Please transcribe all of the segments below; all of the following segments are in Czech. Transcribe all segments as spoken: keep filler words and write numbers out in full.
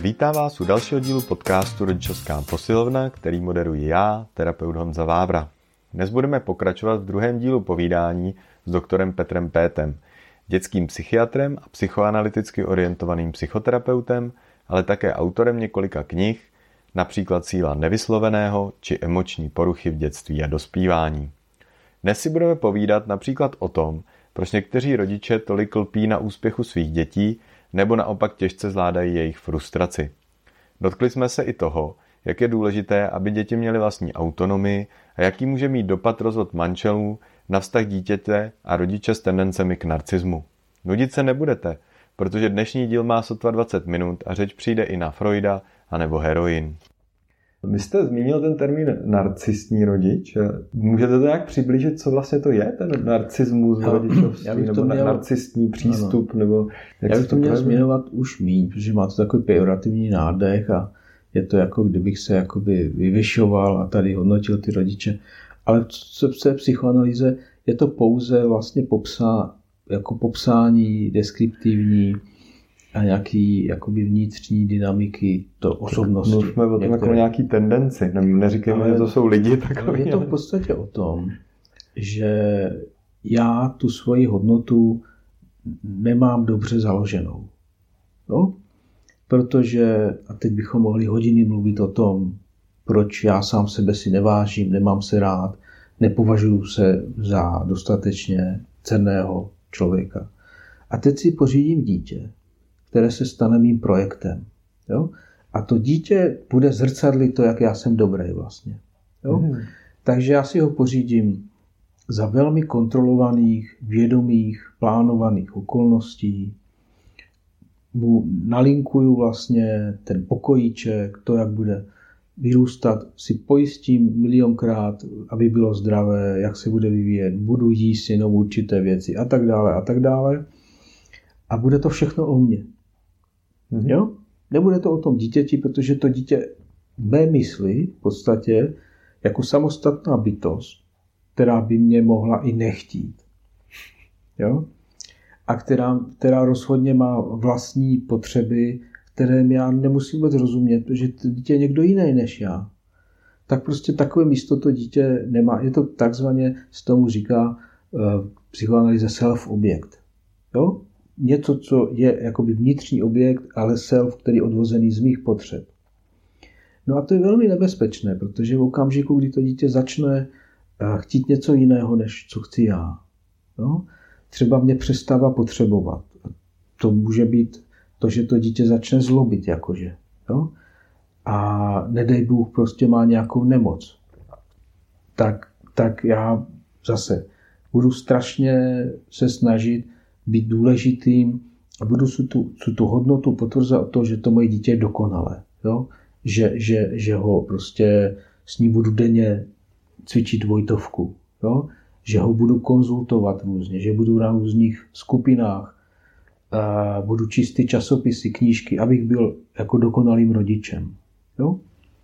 Vítám vás u dalšího dílu podcastu Rodičovská posilovna, který moderuji já, terapeut Honza Vávra. Dnes budeme pokračovat v druhém dílu povídání s doktorem Petrem Pétem, dětským psychiatrem a psychoanalyticky orientovaným psychoterapeutem, ale také autorem několika knih, například Síla nevysloveného či Emoční poruchy v dětství a dospívání. Dnes si budeme povídat například o tom, proč někteří rodiče tolik lpí na úspěchu svých dětí, nebo naopak těžce zvládají jejich frustraci. Dotkli jsme se i toho, jak je důležité, aby děti měly vlastní autonomii a jaký může mít dopad rozvod manželů na vztah dítěte a rodiče s tendencemi k narcismu. Nudit se nebudete, protože dnešní díl má sotva dvacet minut a řeč přijde i na Freuda anebo heroin. Vy jste zmínil ten termín narcistní rodič. Můžete to jak přiblížit, co vlastně to je, ten narcismus v rodičovství, nebo měl... narcistní přístup? Nebo já bych to měl změnovat už míň, protože má to takový pejorativní nádech a je to jako kdybych se jakoby vyvyšoval a tady hodnotil ty rodiče. Ale co se psychoanalýze, je to pouze vlastně popsá, jako popsání deskriptivní a nějaký jakoby vnitřní dynamiky to osobnosti. Mluvíme o tom jako nějaký tendenci. Neříkejme, že to jsou lidi takový. Je to v podstatě o tom, že já tu svoji hodnotu nemám dobře založenou. No? Protože, a teď bychom mohli hodiny mluvit o tom, proč já sám sebe si nevážím, nemám se rád, nepovažuji se za dostatečně cenného člověka. A teď si pořídím dítě, které se stane mým projektem. Jo? A to dítě bude zrcadlit to, jak já jsem dobrý vlastně. Jo? Mm. Takže já si ho pořídím za velmi kontrolovaných, vědomých, plánovaných okolností. Mu nalinkuju vlastně ten pokojíček, to, jak bude vyrůstat, si pojistím milionkrát, aby bylo zdravé, jak se bude vyvíjet, budu jíst jenom určité věci a tak dále a tak dále. A bude to všechno o mně. Mm-hmm. Jo? Nebude to o tom dítěti, protože to dítě v mé mysli v podstatě jako samostatná bytost, která by mě mohla i nechtít. Jo? A která, která rozhodně má vlastní potřeby, které já nemusím vůbec rozumět, protože to dítě je někdo jiný než já. Tak prostě takové místo to dítě nemá. Je to takzvaně, se tomu říká uh, psychoanalýza self-objekt. Jo? Něco, co je jakoby vnitřní objekt, ale self, který je odvozený z mých potřeb. No a to je velmi nebezpečné, protože v okamžiku, kdy to dítě začne chtít něco jiného, než co chci já. No? Třeba mě přestává potřebovat. To může být to, že to dítě začne zlobit, jakože. No? A nedej Bůh prostě má nějakou nemoc. Tak, tak já zase budu strašně se snažit být důležitým a budu si tu, si tu hodnotu potvrzovat o to, že to moje dítě je dokonalé. Jo? Že, že, že ho prostě s ní budu denně cvičit dvojtovku. Jo? Že ho budu konzultovat různě, že budu na různých skupinách, a budu číst ty časopisy, knížky, abych byl jako dokonalým rodičem. Jo?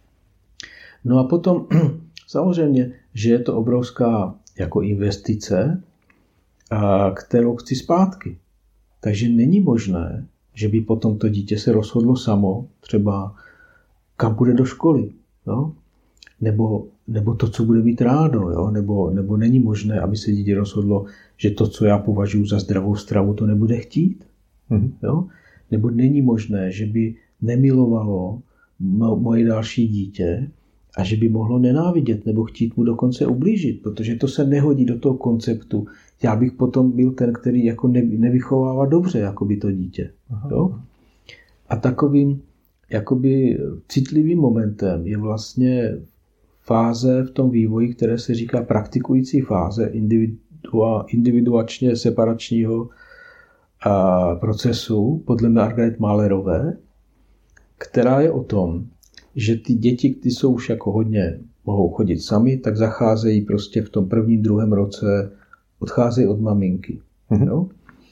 No a potom samozřejmě, že je to obrovská jako investice, kterou chci zpátky. Takže není možné, že by potom to dítě se rozhodlo samo, třeba kam bude do školy, jo? Nebo, nebo to, co bude mít rádo, jo? Nebo, nebo není možné, aby se dítě rozhodlo, že to, co já považuji za zdravou stravu, to nebude chtít. Mm-hmm. Jo? Nebo není možné, že by nemilovalo mo- moje další dítě a že by mohlo nenávidět nebo chtít mu dokonce ublížit, protože to se nehodí do toho konceptu. Já bych potom byl ten, který jako nevychovává dobře jakoby to dítě. Jo? A takovým jakoby citlivým momentem je vlastně fáze v tom vývoji, které se říká praktikující fáze individua, individuačně separačního a, procesu podle Margaret Mahlerové, která je o tom, že ty děti, ty jsou už jako hodně, mohou chodit sami, tak zacházejí prostě v tom prvním, druhém roce, odcházejí od maminky. Mm-hmm. Jo?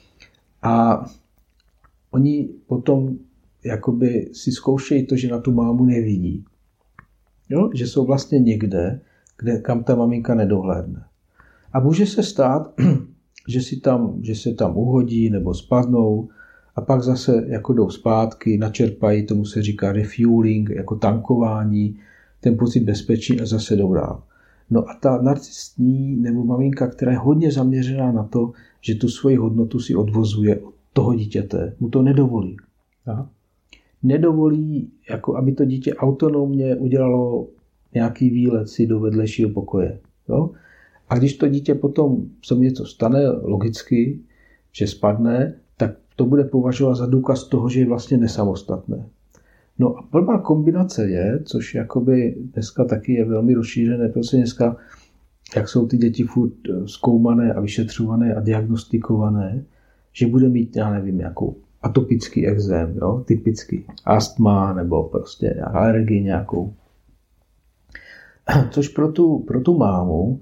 A oni potom jakoby si zkoušejí to, že na tu mámu nevidí. Jo? Že jsou vlastně někde, kde, kam ta maminka nedohlédne. A může se stát, že, si tam, že se tam uhodí nebo spadnou a a pak zase jako jdou zpátky, načerpají, tomu se říká refueling, jako tankování, ten pocit bezpečí a zase jdou dál. No a ta narcistní nebo maminka, která je hodně zaměřená na to, že tu svoji hodnotu si odvozuje od toho dítěte, mu to nedovolí. Aha. Nedovolí, jako aby to dítě autonomně udělalo nějaký výlet si do vedlejšího pokoje. Jo? A když to dítě potom se mu něco stane, logicky, že spadne, tak to bude považovat za důkaz toho, že je vlastně nesamostatné. No a blbá kombinace je, což jakoby dneska taky je velmi rozšířené, protože dneska, jak jsou ty děti furt zkoumané a vyšetřované a diagnostikované, že bude mít, já nevím, nějakou atopický ekzém, jo, typický, astma nebo prostě alergii nějakou. Což pro tu, pro tu mámu,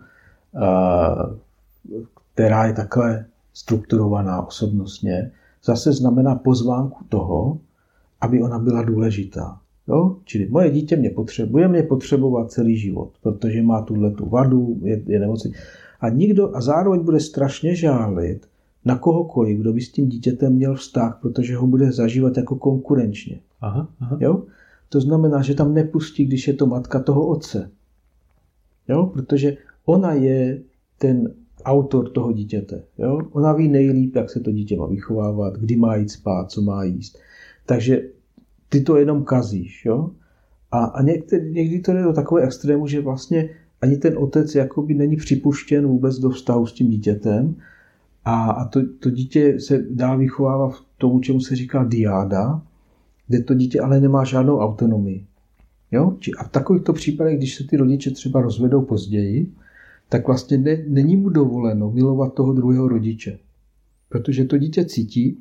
která je takhle strukturovaná osobnostně, zase znamená pozvánku toho, aby ona byla důležitá. Jo? Čili moje dítě mě potřebuje, mě potřebovat celý život, protože má tuhletu vadu, je, je nemocný. A nikdo, a zároveň bude strašně žálit na kohokoliv, kdo by s tím dítětem měl vztah, protože ho bude zažívat jako konkurenčně. Aha, aha. Jo? To znamená, že tam nepustí, když je to matka toho otce. Jo? Protože ona je ten autor toho dítěte. Jo? Ona ví nejlíp, jak se to dítě má vychovávat, kdy má jít spát, co má jíst. Takže ty to jenom kazíš. Jo? A, a někdy, někdy to jde do takové extrému, že vlastně ani ten otec jakoby není připuštěn vůbec do vztahu s tím dítětem a, a to, to dítě se dál vychovává v tomu, čemu se říká diáda, kde to dítě ale nemá žádnou autonomii. Jo? A v takovýchto případech, když se ty rodiče třeba rozvedou později, tak vlastně ne, není mu dovoleno milovat toho druhého rodiče. Protože to dítě cítí,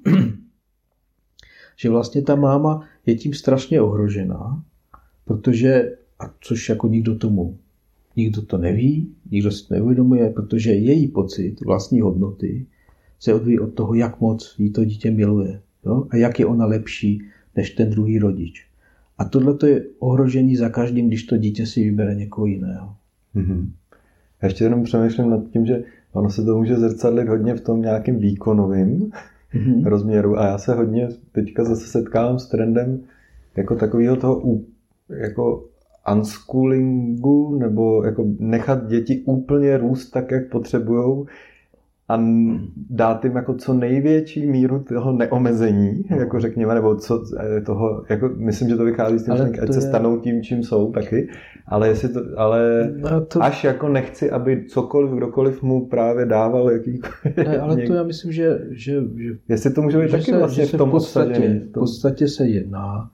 že vlastně ta máma je tím strašně ohrožená, protože, a což jako nikdo tomu, nikdo to neví, nikdo si to neuvědomuje, protože její pocit vlastní hodnoty se odvíjí od toho, jak moc jí to dítě miluje. Jo? A jak je ona lepší než ten druhý rodič. A tohle je ohrožení za každým, když to dítě si vybere někoho jiného. Mm-hmm. Já ještě jenom přemýšlím nad tím, že ono se to může zrcadlit hodně v tom nějakým výkonovým mm-hmm. rozměru a já se hodně teďka zase setkávám s trendem jako takového toho jako unschoolingu nebo jako nechat děti úplně růst tak, jak potřebujou a dát jim jako co největší míru toho neomezení, no. jako řekněme, nebo co toho, jako myslím, že to vychází s tím, že ať se stanou tím, čím jsou taky, ale, jestli to, ale no to... až jako nechci, aby cokoliv, kdokoliv mu právě dával jakýkoliv... Ne, ale to já myslím, že... že, že jestli to může být taky se, vlastně v tom v podstatě, v podstatě se jedná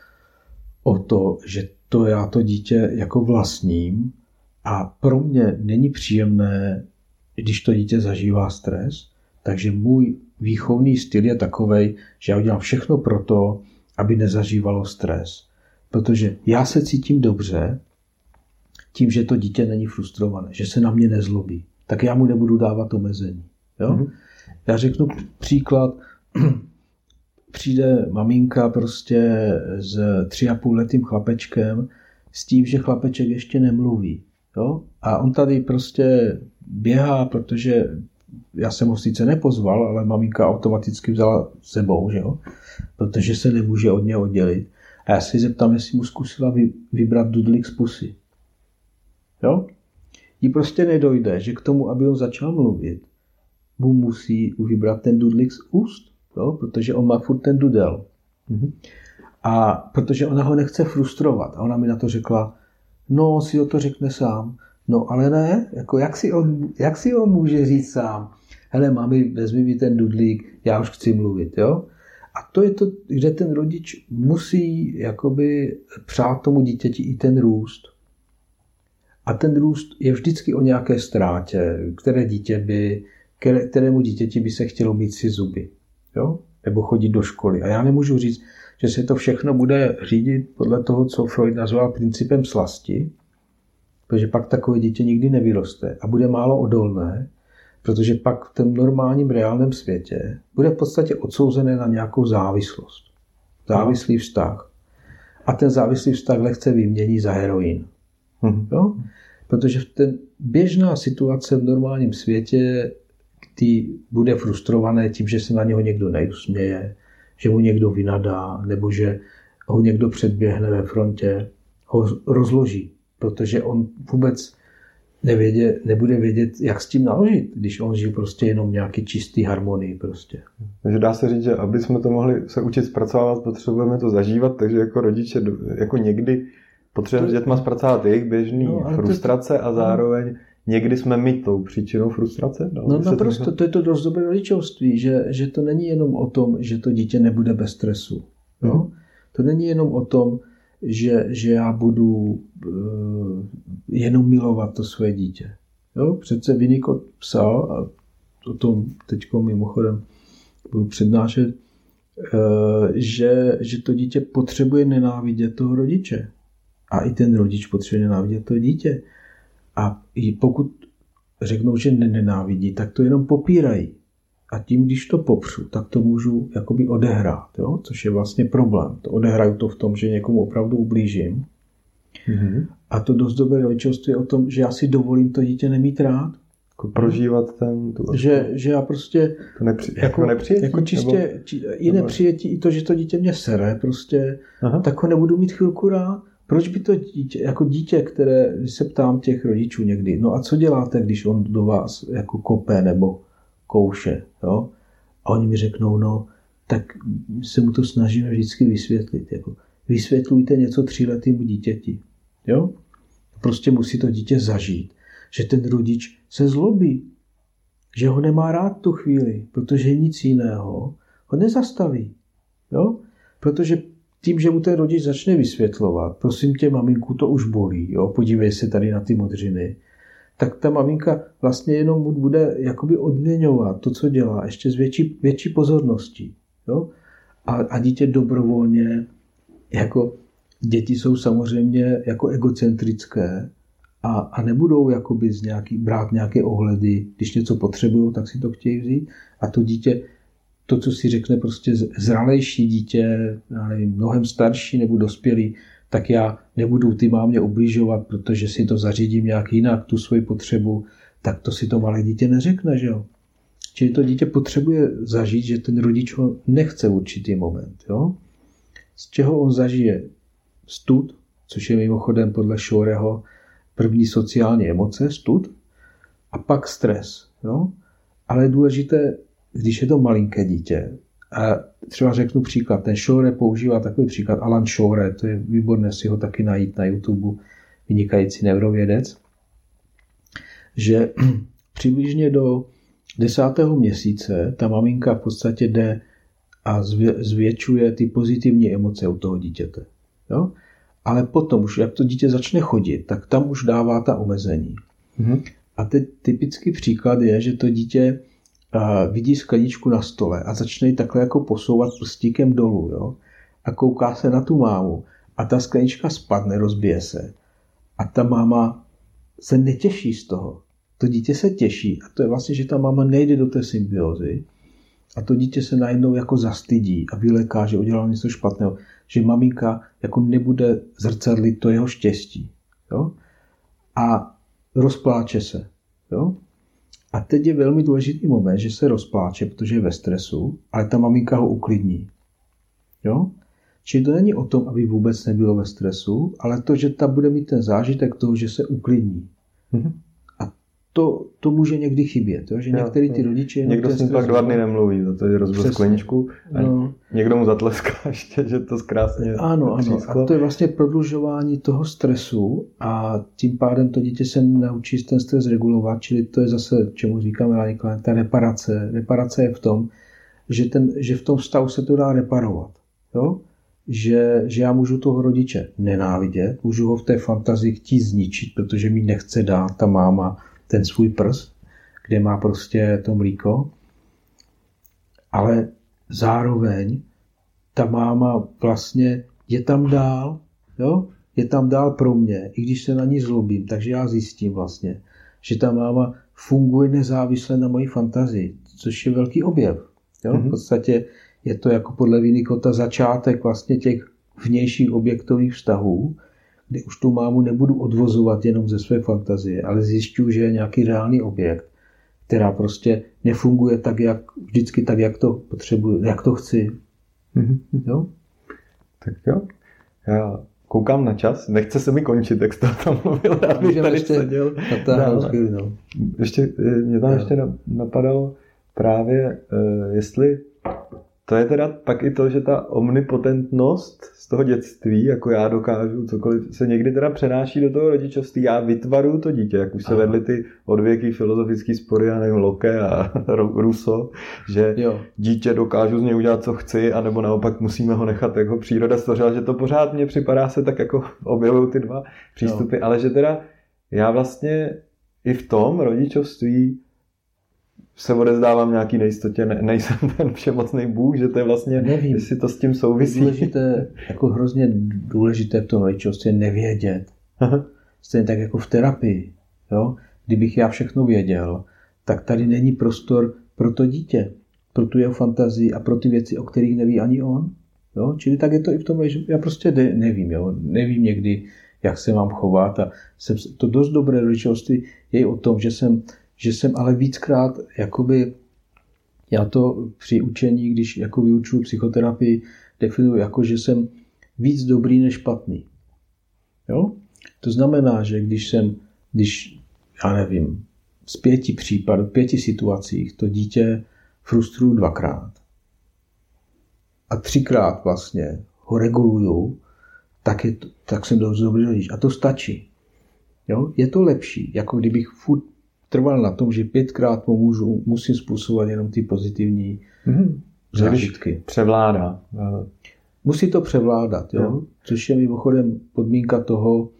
o to, že to já to dítě jako vlastním a pro mě není příjemné, když to dítě zažívá stres, takže můj výchovný styl je takovej, že já udělám všechno pro to, aby nezažívalo stres. Protože já se cítím dobře tím, že to dítě není frustrované, že se na mě nezlobí. Tak já mu nebudu dávat omezení. Jo? Mm-hmm. Já řeknu příklad, přijde maminka prostě s tři a půl letým chlapečkem s tím, že chlapeček ještě nemluví. Jo? A on tady prostě běhá, protože já jsem ho sice nepozval, ale maminka automaticky vzala sebou, že jo? Protože se nemůže od něj oddělit. A já si zeptám, jestli mu zkusila vybrat dudlík z pusy. Jo? Jí prostě nedojde, že k tomu, aby on začal mluvit, mu musí vybrat ten dudlík z úst, jo? Protože on má furt ten dudel. Mhm. A protože ona ho nechce frustrovat. A ona mi na to řekla, no, si o to řekne sám. No, ale ne, jako jak si on, jak si on může říct sám? Hele, mami, vezmi mi ten dudlík, já už chci mluvit, jo? A to je to, kde ten rodič musí jakoby přát tomu dítěti i ten růst. A ten růst je vždycky o nějaké ztrátě, které dítě by, kterému dítěti by se chtělo mít si zuby, jo? Nebo chodit do školy. A já nemůžu říct, že se to všechno bude řídit podle toho, co Freud nazval principem slasti, protože pak takové dítě nikdy nevyroste a bude málo odolné, protože pak v tom normálním reálném světě bude v podstatě odsouzené na nějakou závislost. Závislý vztah. A ten závislý vztah lehce vymění za heroin. Mm-hmm. Jo? Protože ten běžná situace v normálním světě, kdy bude frustrované tím, že se na něho někdo neusměje, že mu někdo vynadá, nebo že ho někdo předběhne ve frontě, ho rozloží, protože on vůbec nevědě, nebude vědět, jak s tím naložit, když on žije prostě jenom nějaký čistý harmonii prostě. Takže dá se říct, že aby jsme to mohli se učit zpracovávat, potřebujeme to zažívat, takže jako rodiče jako někdy potřebujeme s dětma zpracovat jejich běžný no, frustrace to, a zároveň někdy jsme my tou příčinou frustrace. No, no naprosto, to, to je to dost dobré rodičovství, že, že to není jenom o tom, že to dítě nebude bez stresu. No? Hmm. To není jenom o tom, že, že já budu uh, jenom milovat to své dítě. Jo? Přece Winnicott psal, a o tom teďko mimochodem budu přednášet, uh, že, že to dítě potřebuje nenávidět toho rodiče. A i ten rodič potřebuje nenávidět to dítě. A pokud řeknou, že nenávidí, tak to jenom popírají. A tím, když to popřu, tak to můžu jakoby odehrát, jo? Což je vlastně problém. To odehraju to v tom, že někomu opravdu ublížím. Mm-hmm. A to dost dobré rodičovství je o tom, že já si dovolím to dítě nemít rád. Jako prožívat ten... Tu... Že, že já prostě... To nepři... jako, jako nepřijetí? Jako čistě nebo... či, i nepřijetí, i to, že to dítě mě sere, prostě, Aha. tak ho nebudu mít chvilku rád. Proč by to dítě, jako dítě, které, když se ptám těch rodičů někdy, no a co děláte, když on do vás jako kope nebo kouše, jo? A oni mi řeknou, no, tak se mu to snažíme vždycky vysvětlit. Jako, vysvětlujte něco tříletému dítěti, jo? Prostě musí to dítě zažít, že ten rodič se zlobí, že ho nemá rád tu chvíli, protože nic jiného ho nezastaví, jo? Protože tím, že mu ten rodič začne vysvětlovat, prosím tě, maminku, to už bolí, jo? Podívej se tady na ty modřiny, tak ta maminka vlastně jenom bude jakoby odměňovat to, co dělá, ještě s větší, větší pozorností. Jo? A, a dítě dobrovolně, jako děti jsou samozřejmě jako egocentrické a, a nebudou jakoby z nějaký, brát nějaké ohledy, když něco potřebují, tak si to chtějí vzít. A to dítě, to, co si řekne prostě zralejší dítě, já nevím, mnohem starší nebo dospělý, tak já nebudu ty mámě ubližovat, protože si to zařídím nějak jinak, tu svoji potřebu, tak to si to malé dítě neřekne, že jo. Čili to dítě potřebuje zažít, že ten rodič ho nechce v určitý moment, jo. Z čeho on zažije stud, což je mimochodem podle Shoreho první sociální emoce, stud, a pak stres, jo. Ale je důležité, když je to malinké dítě, a třeba řeknu příklad, ten Shore používá takový příklad, Alan Shore, to je výborné si ho taky najít na YouTube, vynikající neurovědec, že přibližně do desátého měsíce ta maminka v podstatě jde a zvětšuje ty pozitivní emoce u toho dítěte. Jo? Ale potom už, jak to dítě začne chodit, tak tam už dává ta omezení. Mm-hmm. A teď typický příklad je, že to dítě a vidí skleničku na stole a začne ji takhle jako posouvat prstíkem dolů, jo? A kouká se na tu mámu a ta sklenička spadne, rozbije se. A ta máma se netěší z toho. To dítě se těší a to je vlastně, že ta máma nejde do té symbiózy a to dítě se najednou jako zastydí a vyleká, že udělal něco špatného, že maminka jako nebude zrcadlit to jeho štěstí. Jo? A rozpláče se. Jo? A teď je velmi důležitý moment, že se rozpláče, protože je ve stresu, ale ta maminka ho uklidní. Jo? Čili to není o tom, aby vůbec nebylo ve stresu, ale to, že ta bude mít ten zážitek toho, že se uklidní. Mm-hmm. A to, to může někdy chybět, jo? Že některý ty rodiče... Někdo s ním pak dva dny nemluví, za to, že rozbil skleničku a no. Někdo mu zatleská ještě, že to zkrásně Ano, ano. A to je vlastně prodlužování toho stresu a tím pádem to dítě se naučí ten stres regulovat, čili to je zase, čemu říkáme Melanie, ta reparace. Reparace je v tom, že, ten, že v tom vztahu se to dá reparovat. Jo? Že, že já můžu toho rodiče nenávidět, můžu ho v té fantazii chtít zničit, protože mi nechce dát ta máma ten svůj prst, kde má prostě to mlíko, ale zároveň ta máma vlastně je tam dál, jo? Je tam dál pro mě, i když se na ní zlobím, takže já zjistím vlastně, že ta máma funguje nezávisle na mojí fantazii, což je velký objev. Jo? Mm-hmm. V podstatě je to jako podle Winnicotta začátek vlastně těch vnějších objektových vztahů, kdy už tu mámu nebudu odvozovat jenom ze své fantazie, ale zjišťuji, že je nějaký reálný objekt, která prostě nefunguje tak, jak vždycky tak, jak to potřebuji, jak to chci. Jo? Tak jo. Já koukám na čas, nechce se mi končit, jak jsi to tam mluvil, já bych tady seděl. Chvíli, no. Ještě, mě tam jo. ještě napadalo právě, jestli to je teda pak i to, že ta omnipotentnost z toho dětství, jako já dokážu cokoliv, se někdy teda přenáší do toho rodičovství. Já vytvaruju to dítě, jak už se Aha. vedly ty odvěký filozofický spory, já nevím, Locke a Rousseau, že jo. dítě dokážu z něj udělat, co chci, anebo naopak musíme ho nechat, jak ho příroda stvořila, že to pořád mně připadá se tak jako objevují ty dva přístupy, jo. ale že teda já vlastně i v tom rodičovství se odezdávám nějaký nejistotě, ne, nejsem ten všemocný Bůh, že to je vlastně, nevím, jestli to s tím souvisí. Důležité, jako hrozně důležité v tom rodičovství je nevědět. Aha. Stejně tak jako v terapii. Jo? Kdybych já všechno věděl, tak tady není prostor pro to dítě, pro tu jeho fantazii a pro ty věci, o kterých neví ani on. Jo? Čili tak je to i v tom, že já prostě nevím. Jo? Nevím někdy, jak se mám chovat. A jsem, to dost dobré rodičovství je i o tom, že jsem že jsem ale víckrát, jakoby, já to při učení, když jako vyučuju psychoterapii, definuji jako, že jsem víc dobrý než špatný. Jo? To znamená, že když jsem, když, já nevím, z pěti případů, v pěti situacích to dítě frustruju dvakrát a třikrát vlastně ho reguluju, tak, je to, tak jsem dost dobrý rodič. A to stačí. Jo? Je to lepší, jako kdybych furt trval na tom, že pětkrát mu můžu, musím způsobovat jenom ty pozitivní mm-hmm. zážitky. Převládá. Musí to převládat, jo? Jo. Což je mimochodem podmínka toho,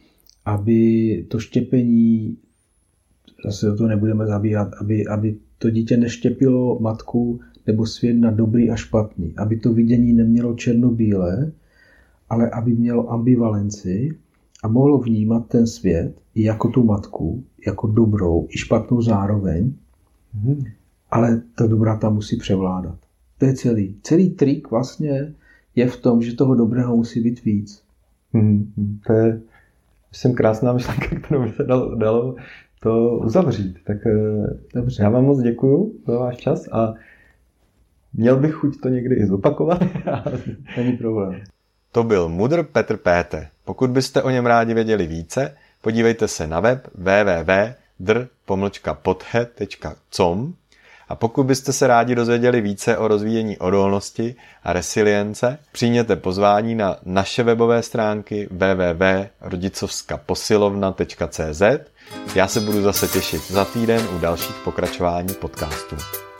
aby to štěpení, zase o to nebudeme zabíhat, aby, aby to dítě neštěpilo matku nebo svět na dobrý a špatný. Aby to vidění nemělo černobílé, ale aby mělo ambivalenci a mohlo vnímat ten svět i jako tu matku, jako dobrou i špatnou zároveň, hmm. ale ta dobrá tam musí převládat. To je celý. Celý trik vlastně je v tom, že toho dobrého musí být víc. Hmm. To je, myslím, krásná myšlenka, kterou by se dalo, dalo to uzavřít. Tak dobře. Já vám moc děkuju za váš čas a měl bych chuť to někdy i zopakovat. Není problém. To byl mudr Petr Péte. Pokud byste o něm rádi věděli více, podívejte se na web w w w tečka dr pomlčka pothe tečka com a pokud byste se rádi dozvěděli více o rozvíjení odolnosti a resilience, přijměte pozvání na naše webové stránky w w w tečka rodicovska posilovna tečka c z. Já se budu zase těšit za týden u dalších pokračování podcastů.